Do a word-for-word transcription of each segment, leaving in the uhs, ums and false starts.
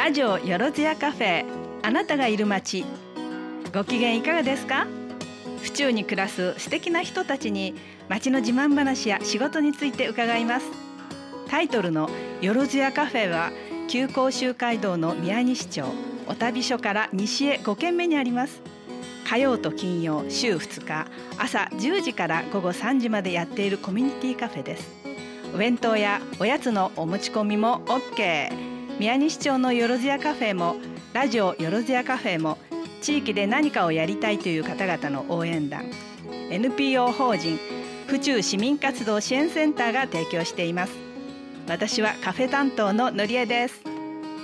ラジオよろずやカフェ、あなたがいる街。ご機嫌いかがですか？府中に暮らす素敵な人たちに街の自慢話や仕事について伺います。タイトルのよろずやカフェは旧甲州街道の宮西町お旅所から西へご軒目にあります。火曜と金曜週ふつか朝じゅうじから午後さんじまでやっているコミュニティカフェです。お弁当やおやつのお持ち込みも OK。 宮西町のよろずやカフェもラジオよろずやカフェも地域で何かをやりたいという方々の応援団 エヌピーオー 法人府中市民活動支援センターが提供しています。私はカフェ担当ののりえです。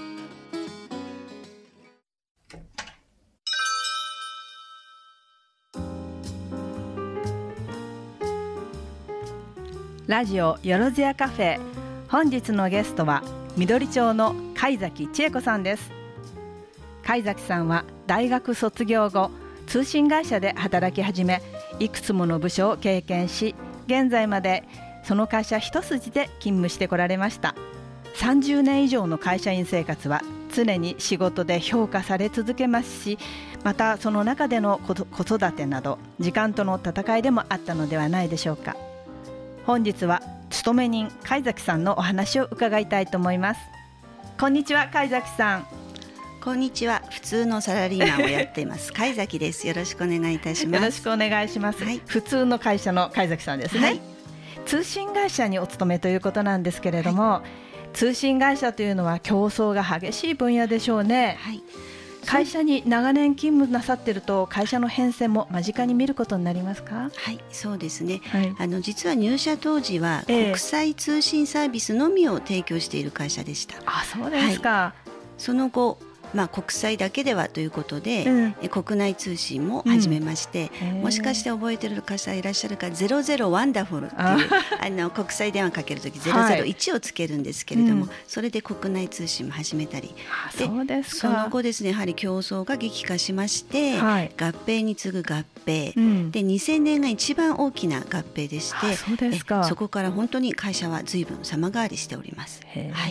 ラジオよろずやカフェ、本日のゲストは緑町の貝崎千恵子さんです。貝崎さんは大学卒業後通信会社で働き始め、いくつもの部署を経験し、現在までその会社一筋で勤務してこられました。さんじゅうねん以上の会社員生活は常に仕事で評価され続けますし、またその中での子育てなど時間との戦いでもあったのではないでしょうか。本日は勤め人貝崎さんのお話を伺いたいと思います。こんにちは、貝崎さん。 こんにちは。普通のサラリーマンをやっています貝崎です。よろしくお願いいたします。 よろしくお願いします、はい、普通の会社の貝崎さんですね、はい、通信会社にお勤めということなんですけれども、はい、通信会社というのは競争が激しい分野でしょうね、はい、会社に長年勤務なさっていると会社の変遷も間近に見ることになりますか？ はい、そうですね、はい、あの実は入社当時は国際通信サービスのみを提供している会社でした、 えー、あ、そうですか、 はい、その後まあ、国際だけではということで、うん、国内通信も始めまして、うん、もしかして覚えている方いらっしゃるか、ゼロゼロワンダフルっていうあの国際電話かけるときゼロゼロいちをつけるんですけれども、はい、それで国内通信も始めたり、 でそうですか。 その後ですね、やはり競争が激化しまして、はい、合併に次ぐ合併、うん、でにせんねんが一番大きな合併でして、 そうですか。 そこから本当に会社は随分様変わりしております。 へー、はい、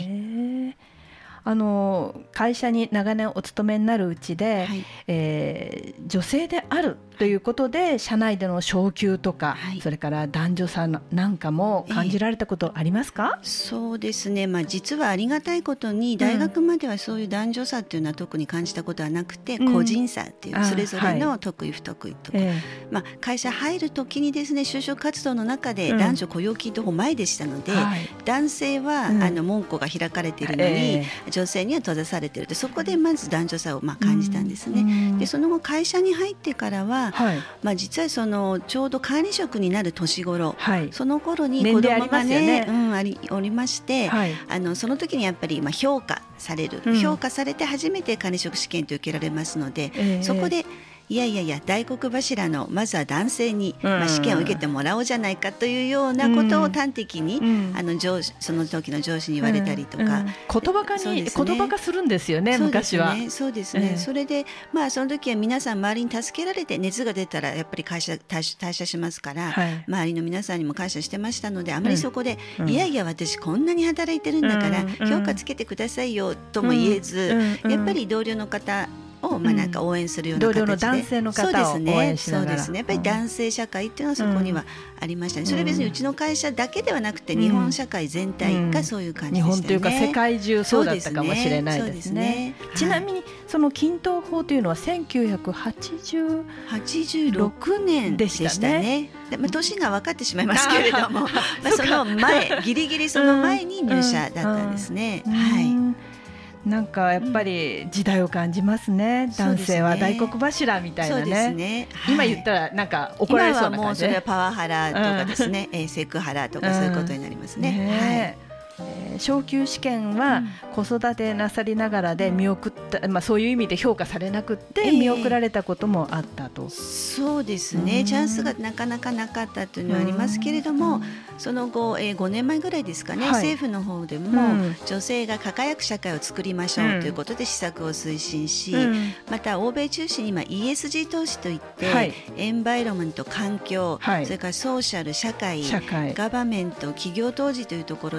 あの会社に長年お勤めになるうちで、はい、えー、女性であるということで社内での昇給とか、はい、それから男女差なんかも感じられたことありますか？ えー、そうですね、まあ、実はありがたいことに大学まではそういう男女差っていうのは特に感じたことはなくて、うん、個人差っていうそれぞれの得意不得意とか、はい、まあ、会社入る時にですね、就職活動の中で男女雇用均等法前でしたので、うん、はい、男性は、うん、あの門戸が開かれているのに、えー、女性には閉ざされていると、そこでまず男女差をまあ感じたんですね、うん、でその後会社に入ってからは、はい、まあ、実はそのちょうど管理職になる年頃、はい、その頃に子供が ね, ね、うん、ありおりまして、はい、あのその時にやっぱりまあ評価される、うん、評価されて初めて管理職試験と受けられますので、えー、そこでいやいやいや大黒柱のまずは男性に、まあ、試験を受けてもらおうじゃないかというようなことを端的に、うん、あの上司その時の上司に言われたりとか、うんうん、 言葉化に、ね、言葉化するんですよね、昔は。 そうですね、えー、それで、まあ、その時は皆さん周りに助けられて、熱が出たらやっぱり会社退社しますから、はい、周りの皆さんにも感謝してましたので、あまりそこで、うん、いやいや私こんなに働いてるんだから、うん、評価つけてくださいよとも言えず、うんうん、やっぱり同僚の方をまあなんか応援するような形で、 同僚の男性の方を応援しながら、 そうですね、やっぱり男性社会っていうのはそこにはありましたね、うん、それは別にうちの会社だけではなくて、日本社会全体がそういう感じでしたね、うん、日本というか世界中そうだったかもしれないですね。そうですね、 ちなみにその均等法というのはせんきゅうひゃくはちじゅうろくねんでしたね。 で、まあ、年が分かってしまいますけれどもまあその前ギリギリその前に入社だったんですね、うんうん、はい。 なんかやっぱり時代を感じますね、うん、男性は大黒柱みたいな ね, そうですね、はい、今言ったらなんか怒られそうな感じで、今はもうそれはパワハラとかですね、うん、セクハラとかそういうことになりますね、うんね、はい。 えー、昇級試験は子育てなさりながらで見送った、まあ、そういう意味で評価されなくって見送られたこともあったと、えー、 そうですね、チャンスがなかなかなかったというのはありますけれども、その後、えー、ごねんまえぐらいですかね、はい、政府の方でも、うん、女性が輝く社会を作りましょう、うん、ということで施策を推進し、うん、また欧米中心に今 イーエスジー 投資といって、はい、エンバイロメント環境、はい、それからソーシャル社会、社会ガバメント企業投資というところで、そう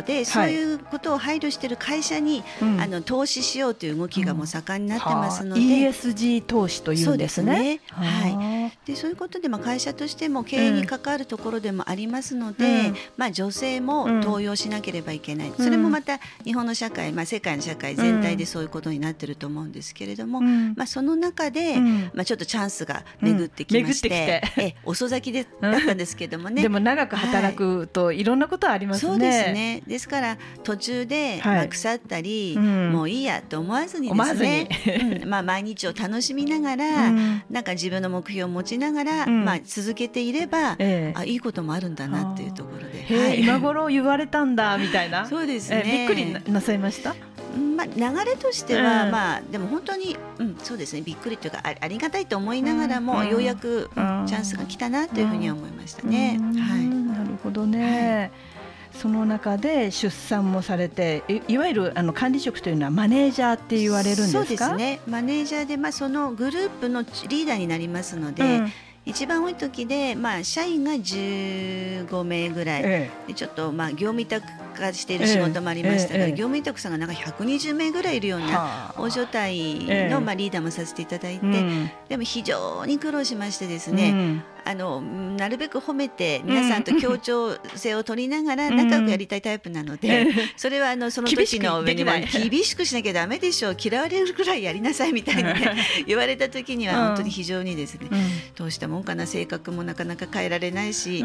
そういうことを配慮している会社に、はい、あの投資しようという動きがもう盛んになってますので、うん、 イーエスジー 投資というんですね。 そうですね、はい、でそういうことで、まあ、会社としても経営に関わるところでもありますので、うんまあ、女性も登用しなければいけない、うん、それもまた日本の社会、まあ、世界の社会全体でそういうことになっていると思うんですけれども、うんまあ、その中で、うんまあ、ちょっとチャンスが巡ってきまして、うん、え遅咲きでだったんですけどもね、 でも長く働くといろんなことありますね。 そうですね。ですから途中で、はいまあ、腐ったり、うん、もういいやと思わずにですね、うんまあ、毎日を楽しみながら、うん、なんか自分の目標を持ちながら、うんまあ、続けていれば、えー、あいいこともあるんだなっていうところで、 はい、今頃言われたんだみたいなそうですね、 えー、びっくり な, なさいました。 まあ、流れとしては、うんまあ、でも本当に、うん、そうですねびっくりというか あ, ありがたいと思いながらも、うん、ようやく、うん、チャンスが来たなというふうには思いましたね、うんはい、なるほどね、はい、その中で出産もされて い, いわゆるあの管理職というのはマネージャーって言われるんですか。 そうですねマネージャーで、まあ、そのグループのリーダーになりますので、うん一番多い時で、まあ、社員がじゅうごめいぐらい、ええ、でちょっとまあ業務委託化している仕事もありましたが、えええ、業務委託さんがなんかひゃくにじゅうめいぐらいいるような大所帯のまあリーダーもさせていただいて、うん、でも非常に苦労しましてですね、うん、あのなるべく褒めて皆さんと協調性を取りながら仲良くやりたいタイプなので、うん、それはあのその時の上にも厳しくしなきゃダメでしょう嫌われるぐらいやりなさいみたいに、ね、言われた時には本当に非常にですね、うん、どうしたもんかな性格もなかなか変えられないし、うん、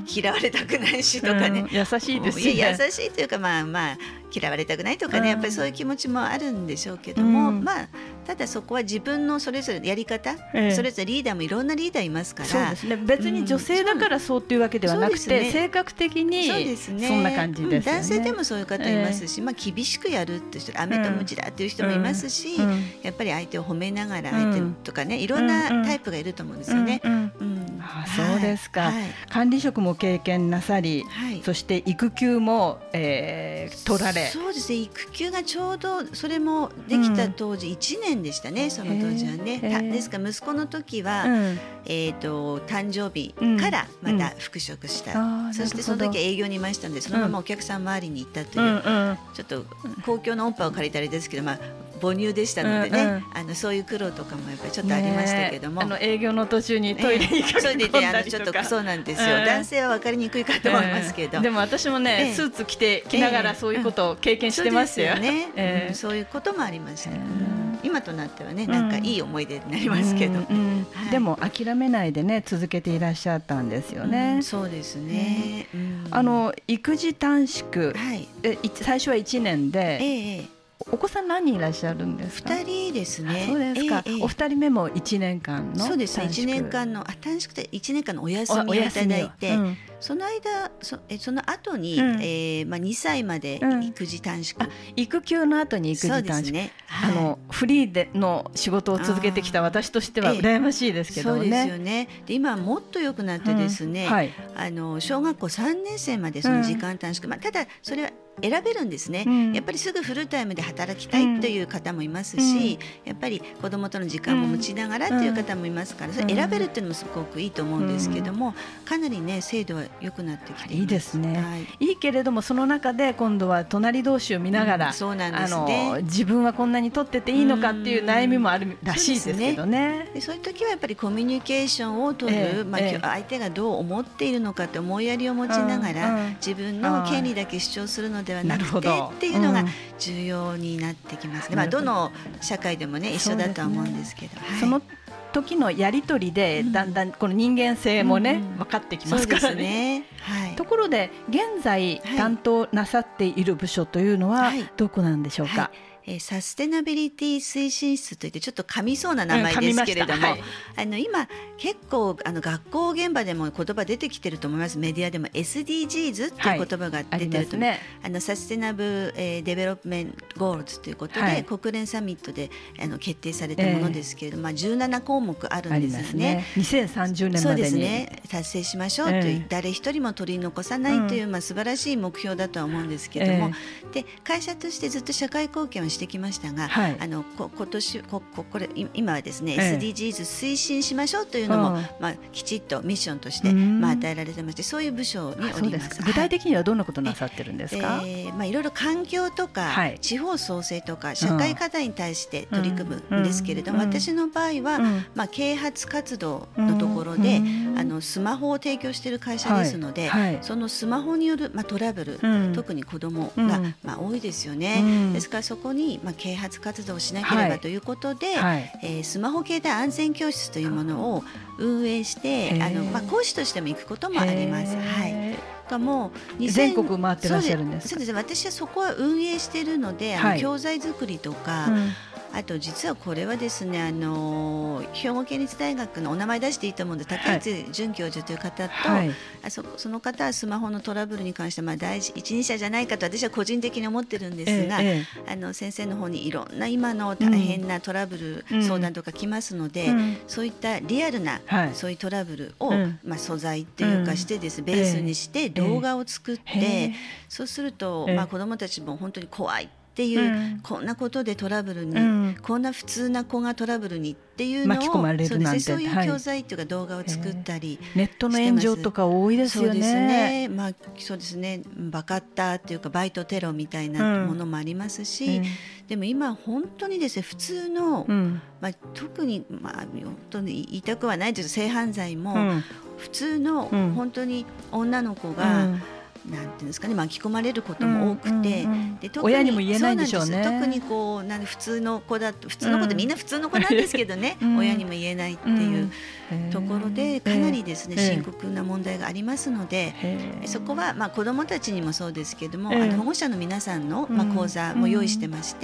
嫌われたくないしとかね、 うん、優しいですね。 いや優しいというかまあまあ嫌われたくないとかね、うん、やっぱりそういう気持ちもあるんでしょうけども、うん、まあただそこは自分のそれぞれやり方、ええ、それぞれリーダーもいろんなリーダーいますから、 そうですね、別に女性だからそうっていうわけではなくて、うんね、性格的にそんな感じですよね、 うん、男性でもそういう方いますし、ええまあ、厳しくやるっていう人飴とムチだっていう人もいますし、うん、やっぱり相手を褒めながら相手とかね、いろんなタイプがいると思うんですよね、うんうんうんあそうですか、はい、管理職も経験なさり、はい、そして育休も、えー、取られそうですね育休がちょうどそれもできた当時いちねんでしたね、うん、その当時はねですから息子の時は、うんえー、と誕生日からまた復職した、うん、そしてその時は営業にいましたのでそのままお客さん周りに行ったという、うんうん、ちょっと公共の音波を借りたりですけど、まあ母乳でしたのでね、うんうん、あのそういう苦労とかもやっぱりちょっとありましたけども、 ね、あの営業の途中にトイレに駆け込んだりとか、ね、それで、ね、あのちょっとそうなんですよ、うん、男性は分かりにくいかと思いますけど、 えー、でも私もね、えー、スーツ着て着ながらそういうことを経験してますよ、 えーうん、そうですよね、えーうん、そういうこともありました、えーうん、今となってはねなんかいい思い出になりますけど、うんうんはい、でも諦めないでね続けていらっしゃったんですよね、 うん、そうですね、うん、 あの育児短縮、はい、え最初はいちねんで、えーお子さん何人いらっしゃるんですか。 ふたりですね。 そうですか、えーえー、お二人目もいちねんかんのそうですねいちねんかんのあ短縮でいちねんかんのお休みをいただいて、うん、その間 そ, えその後に、うんえーまあ、にさいまで育児短縮、うん、 育休の後に育児短縮そうですね、はい、あのフリーでの仕事を続けてきた私としては羨ましいですけどね、えー、そうですよね。 で今はもっと良くなってですね、うんはい、あの小学校さんねんせいまでその時間短縮、うんまあ、ただそれは選べるんですね、うん、やっぱりすぐフルタイムで働きたいという方もいますし、うん、やっぱり子どもとの時間も持ちながらという方もいますから、それ選べるっていうのもすごくいいと思うんですけども、かなりね制度は良くなってきています。 いいですね、はい、いいけれどもその中で今度は隣同士を見ながら、うん、そうなんですね、あの自分はこんなに取ってていいのかっていう悩みもあるらしいですけどね、 うん、そうですね。でそういう時はやっぱりコミュニケーションを取る、えーまあえー、相手がどう思っているのかって思いやりを持ちながら、うん、自分の権利だけ主張するのではなくてっていうのが重要になってきますね、うんまあ、どの社会でもね一緒だとは思うんですけど、はい、 その時のやり取りでだんだんこの人間性もね、うん、分かってきますからね、はい、ところで現在担当なさっている部署というのはどこなんでしょうか。はいはいえー、サステナビリティ推進室といってちょっと噛みそうな名前ですけれども、うんはい、あの今結構あの学校現場でも言葉出てきてると思います。メディアでも エスディージーズ っていう言葉が出てると思う、はい、あ、ね、あのサステナブル、えー、デベロップメントゴールズということで、はい、国連サミットであの決定されたものですけれども、えーまあ、じゅうななこうもくあるんですよ ね, ねにせんさんじゅうねんまでにそうですね達成しましょうという、えー、誰一人も取り残さないという、うんまあ、素晴らしい目標だとは思うんですけれども、えー、で会社としてずっと社会貢献をしてきましたが、 はい、 あのこ今年こここれ今はですね、ええ、エスディージーズ 推進しましょうというのも、まあ、きちっとミッションとして、まあ、与えられてまして、そういう部署におります。 具体的にはどんなことなさってるんですか？ えーまあ、いろいろ環境とか、はい、地方創生とか社会課題に対して取り組むんですけれども、うんうん、私の場合は、うんまあ、啓発活動のところで、うん、あのスマホを提供している会社ですので、はいはい、そのスマホによる、まあ、トラブル、うん、特に子どもが、うんまあ、多いですよね、うん、ですからそこに、まあ、啓発活動をしなければということで、はいえー、スマホ携帯安全教室というものを運営してあの、まあ、講師としても行くこともあります。はいかも全国回ってらっしゃるんですか？ そうです。私はそこは運営しているので、はい、あの教材作りとか、うんあと実はこれはですね、あの兵庫県立大学のお名前出していいと思うんで、竹内准教授という方と、はい、あ そ, その方はスマホのトラブルに関してまあ第一人者じゃないかと私は個人的に思ってるんですが、ええ、あの先生の方にいろんな今の大変なトラブル、うん、相談とか来ますので、うん、そういったリアルな、はい、そういうトラブルを、うんまあ、素材っていうかしてです、うん、ベースにして動画を作って、え、そうすると、まあ、子どもたちも本当に怖いっていう、うん、こんなことでトラブルに、うん、こんな普通な子がトラブルにっていうのを巻き込まれるなんて、 そうですね、そういう教材というか動画を作ったり、 はい、ネットの炎上とか多いですよね。 そうですね、まあ、そうですね、バカッターっていうかバイトテロみたいなものもありますし、うん、でも今本当にですね、普通の、うんまあ、特に、まあ、本当に言いたくはないですけど性犯罪も、うん、普通の本当に女の子が、うんなんていうんですかね、巻き込まれることも多くて、うんうんうん、で特に親にも言えないんでしょうね。 特にこうなんで普通の子だと普通の子ってみんな普通の子なんですけどね、うん、親にも言えないっていうところでかなりですね、深刻な問題がありますので、そこはまあ子どもたちにもそうですけども、あの保護者の皆さんのまあ講座も用意してまして、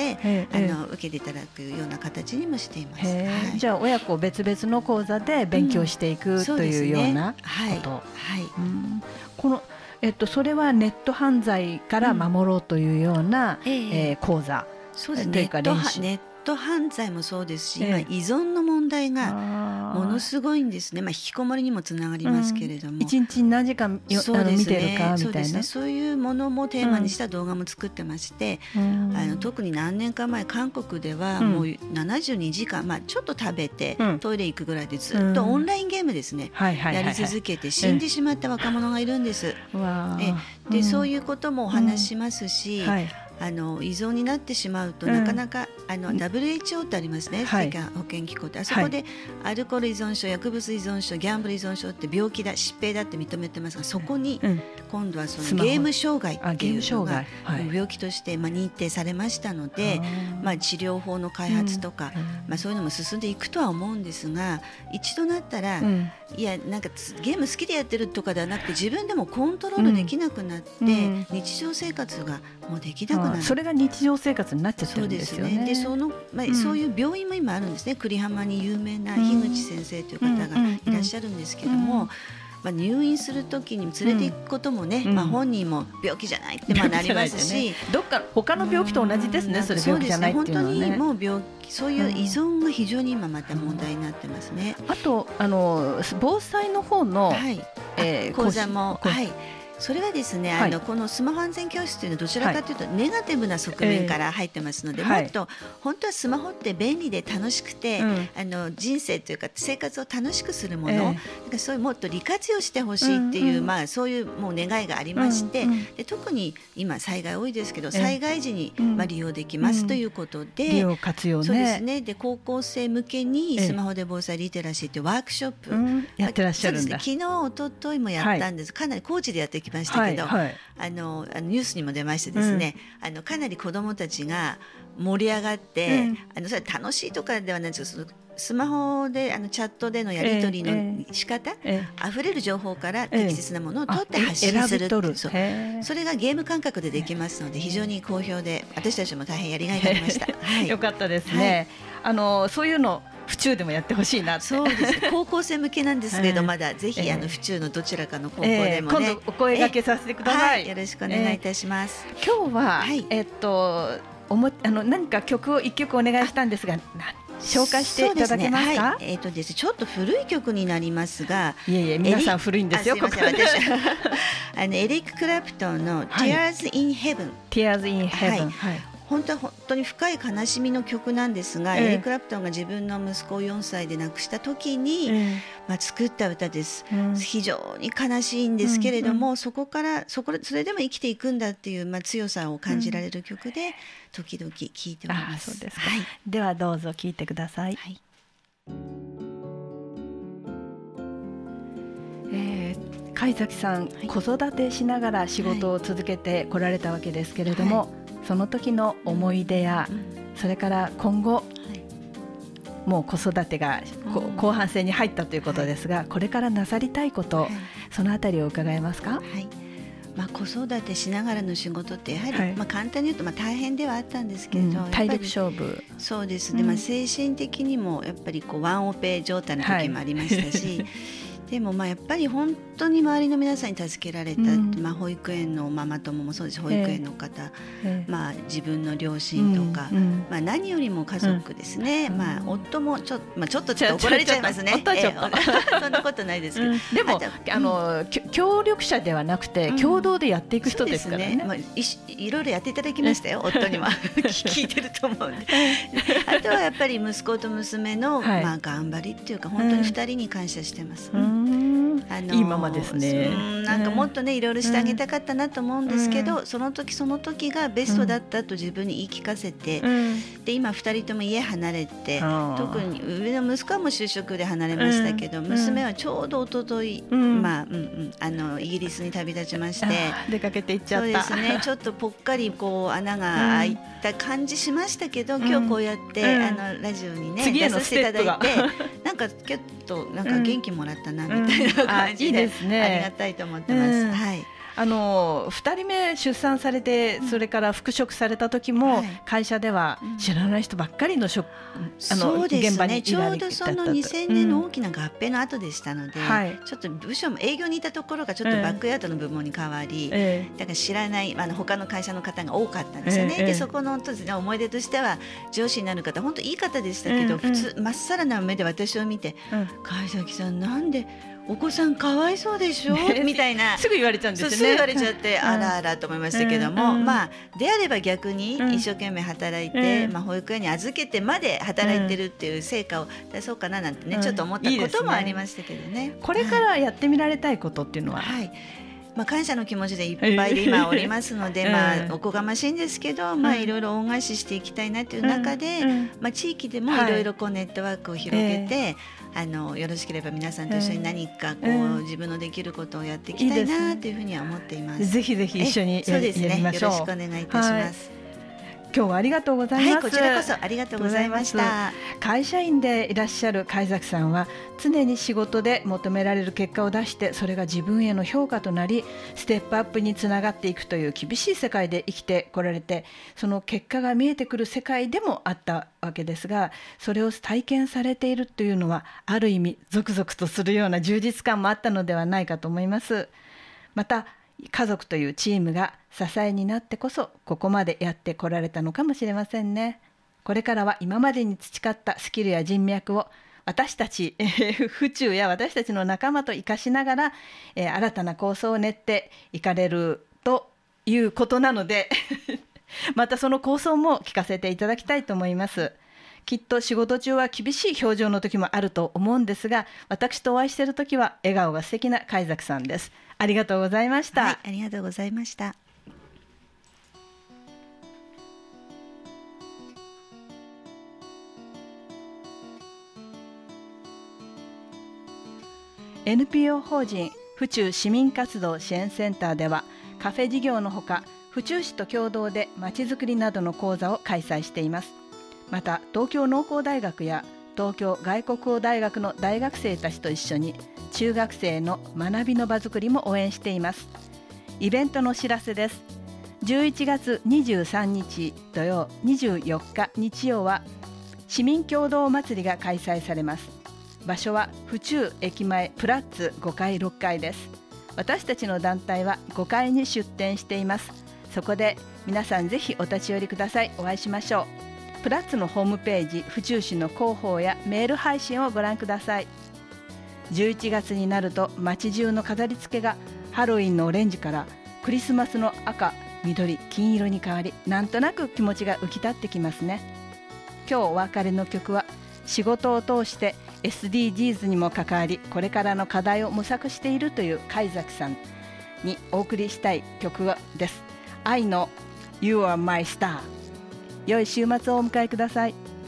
あの受けていただくような形にもしています。はい、 じゃあ親子別々の講座で勉強していく、うん、というようなこと。 はいはいうん、このえっと、それはネット犯罪から守ろうというような、うんえーえー、講座そうですね、というか練習。ネット犯罪もそうですし、えー、依存の問題がものすごいんですね。まあ、引きこもりにもつながりますけれども、 一、うん、日に何時間よそうです、ね、見てるかみたいな、 そうですね、そういうものもテーマにした動画も作ってまして、うん、あの特に何年か前韓国ではもうななじゅうにじかん、まあ、ちょっと食べて、うん、トイレ行くぐらいでずっとオンラインゲームですね、うん、やり続けて死んでしまった若者がいるんです。えで、うん、そういうこともお話しますし、うんはいあの依存になってしまうと、うん、なかなかあの ダブリューエイチオー ってありますね、はい、世界保健機構ってあそこでアルコール依存症、薬物依存症、ギャンブル依存症って病気だ疾病だって認めてますが、そこに今度はそのゲーム障害っていうのが病気としてまあ認定されましたので、まあ、治療法の開発とか、うんまあ、そういうのも進んでいくとは思うんですが、一度なったら、うん、いやなんかゲーム好きでやってるとかではなくて自分でもコントロールできなくなって、うん、日常生活がもうできなくなる。 それが日常生活になっちゃってるんですよね。 そうですね。でその、まあうん、そういう病院も今あるんですね。栗浜に有名な樋口先生という方がいらっしゃるんですけども、まあ、入院するときに連れて行くこともね、うんまあ、本人も病気じゃないってまあなりますし、 ね、どっか他の病気と同じですね、うん、それ病気じゃないっていうのはね。 そうですね、本当にもう病気、そういう依存が非常に今また問題になってますね。 あとあの防災の方の、 はいえー、講座もはいそれはですね、はい、あのこのスマホ安全教室というのはどちらかというとネガティブな側面から入ってますので、はい、もっと本当はスマホって便利で楽しくて、うん、あの人生というか生活を楽しくするもの、えー、だからそういうもっと利活用してほしいっていう、うんうんまあ、そういうもう願いがありまして、うんうん、で特に今災害多いですけど、災害時に、えーまあ、利用できますということで、うん、 利用活用ね。 そうですね。で高校生向けにスマホで防災リテラシーというワークショップ、 うん、やってらっしゃるんだ。 そうですね、昨日一昨日もやったんです、はい、かなり高知でやってきましたけど、はいはい、あのあのニュースにも出ましてですね、うん、あのかなり子どもたちが盛り上がって、うん、あのそれ楽しいとかではないんですけど、スマホであのチャットでのやり取りの仕方、えー、溢れる情報から適切なものを取って発信する、えー、そうそれがゲーム感覚でできますので非常に好評で、私たちも大変やりがいがありました。はい、 よかったですね。はい、あのそういうの府中でもやってほしいなって。 そうですね、高校生向けなんですけど、まだぜひ、えー、あの府中のどちらかの高校でもね、 えー、今度お声掛けさせてください。はい、 よろしくお願いいたします。 えー、今日は、はい、えー、っとおもあの何か曲を一曲お願いしたんですが、紹介していただけますか。 ね、はい、えーとですね、ちょっと古い曲になりますが、 いえいえ皆さん古いんですよ。 すいません、私あのエリック・クラプトンの Tears in Heaven、 Tears in Heaven、はい、 本当は本当に深い悲しみの曲なんですが、 ええ、 エリック・クラプトンが自分の息子をよんさいで亡くした時に、ええ、まあ、作った歌です、うん、非常に悲しいんですけれども、うんうん、そこからそこそれでも生きていくんだっていう、まあ、強さを感じられる曲で、うん、時々聴いております。 そうですか、はい、ではどうぞ聴いてください。はい、えー、貝崎さん、はい、子育てしながら仕事を続けてこられたわけですけれども、はい、その時の思い出や、うん、それから今後、はい、もう子育てが、うん、後半戦に入ったということですが、はい、これからなさりたいこと、はい、そのあたりを伺えますか。はい、 まあ、子育てしながらの仕事ってやはり、はい、まあ、簡単に言うとまあ大変ではあったんですけれど、うん、 体力勝負。 そうですね、うん、まあ、精神的にもやっぱりこうワンオペ状態の時もありましたし、はいでもまあやっぱり本当に周りの皆さんに助けられた、うん、まあ、保育園のママ友もそうですし、保育園の方、えー、まあ、自分の両親とか、うんうん、まあ、何よりも家族ですね、うん、まあ、夫もちょ、まあ、ちょっとちょっと怒られちゃいますね。夫はちょっと、えー、そんなことないですけど、うん、 でも あ, あの、うん、協力者ではなくて共同でやっていく人ですからね。うん、そうですね、まあ、い, いろいろやっていただきましたよ、夫には聞いてると思うんであとはやっぱり息子と娘の、はい、まあ、頑張りっていうか本当にふたりに感謝してます。うん、 あのいいママですね。 なんかもっとね、いろいろしてあげたかったなと思うんですけど、うん、その時その時がベストだったと自分に言い聞かせて、うん、で今ふたりとも家離れて、特に上の息子はもう就職で離れましたけど、うん、娘はちょうど一昨日、うん、まあうんうん、あのイギリスに旅立ちまして、 出かけていっちゃった。 そうですね、ちょっとぽっかりこう穴が開いた感じしましたけど、うん、今日こうやって、うん、あのラジオにね出させていただいて、なんかちょっとなんか元気もらったなみたいな感じで、うん、いいですね、ありがたいと思ってます。うん、はい。 あのふたりめ出産されて、それから復職された時も、はい、会社では知らない人ばっかりの職、 うん、あの現場にいられてたと。ちょうどそのにせんねんの大きな合併の後でしたので、うん、ちょっと部署も営業にいたところがちょっとバックヤードの部門に変わり、えー、だから知らないあの他の会社の方が多かったんですよね。えー、でそこの当時の思い出としては、上司になる方本当いい方でしたけど、うん、普通まっさらな目で私を見て、うん、貝崎さんなんでお子さんかわいそうでしょ、ね、みたいなすぐ言われちゃうんですよね。 すぐ言われちゃって、うん、あらあらと思いましたけども、うん、まあであれば逆に一生懸命働いて、うん、まあ、保育園に預けてまで働いてるっていう成果を出そうかななんてね、うん、ちょっと思ったこともありましたけどね。いいですね。 これからやってみられたいことっていうのは、はい、 まあ、感謝の気持ちでいっぱいで今おりますので、まあ、おこがましいんですけど、まあ、いろいろ恩返ししていきたいなという中で、まあ、地域でもいろいろこうネットワークを広げて、あのよろしければ皆さんと一緒に何かこう自分のできることをやっていきたいなというふうには思っています。 ぜひぜひ一緒にやりましょう。 よろしくお願いいたします。 はい、今日はありがとうございます。 はい、こちらこそありがとうございました。 会社員でいらっしゃる貝崎さんは、常に仕事で求められる結果を出して、それが自分への評価となりステップアップにつながっていくという厳しい世界で生きてこられて、その結果が見えてくる世界でもあったわけですが、それを体験されているというのは、ある意味ゾクゾクとするような充実感もあったのではないかと思います。また家族というチームが支えになってこそ、ここまでやってこられたのかもしれませんね。これからは今までに培ったスキルや人脈を私たち、えー、府中や私たちの仲間と生かしながら、えー、新たな構想を練っていかれるということなのでまたその構想も聞かせていただきたいと思います。きっと仕事中は厳しい表情の時もあると思うんですが、私とお会いしている時は笑顔が素敵な貝崎さんです。ありがとうございました。 はい、ありがとうございました。 エヌピーオー 法人府中市民活動支援センターでは、カフェ事業のほか府中市と共同でまちづくりなどの講座を開催しています。また東京農工大学や東京外国語大学の大学生たちと一緒に中学生の学びの場づくりも応援しています。イベントのお知らせです。じゅういちがつにじゅうさんにち土曜、にじゅうよっか日曜は市民共同祭りが開催されます。場所は府中駅前プラッツごかいろっかいです。私たちの団体はごかいに出店しています。そこで皆さんぜひお立ち寄りください。お会いしましょう。プラッツのホームページ、府中市の広報やメール配信をご覧ください。じゅういちがつになると街中の飾り付けがハロウィンのオレンジからクリスマスの赤、 緑、金色に変わり、なんとなく気持ちが浮き立ってきますね。今日お別れの曲は、仕事を通して エスディージーズ にも関わり、これからの課題を模索しているという貝崎さんにお送りしたい曲です。愛の You are my star。良い週末をお迎えください。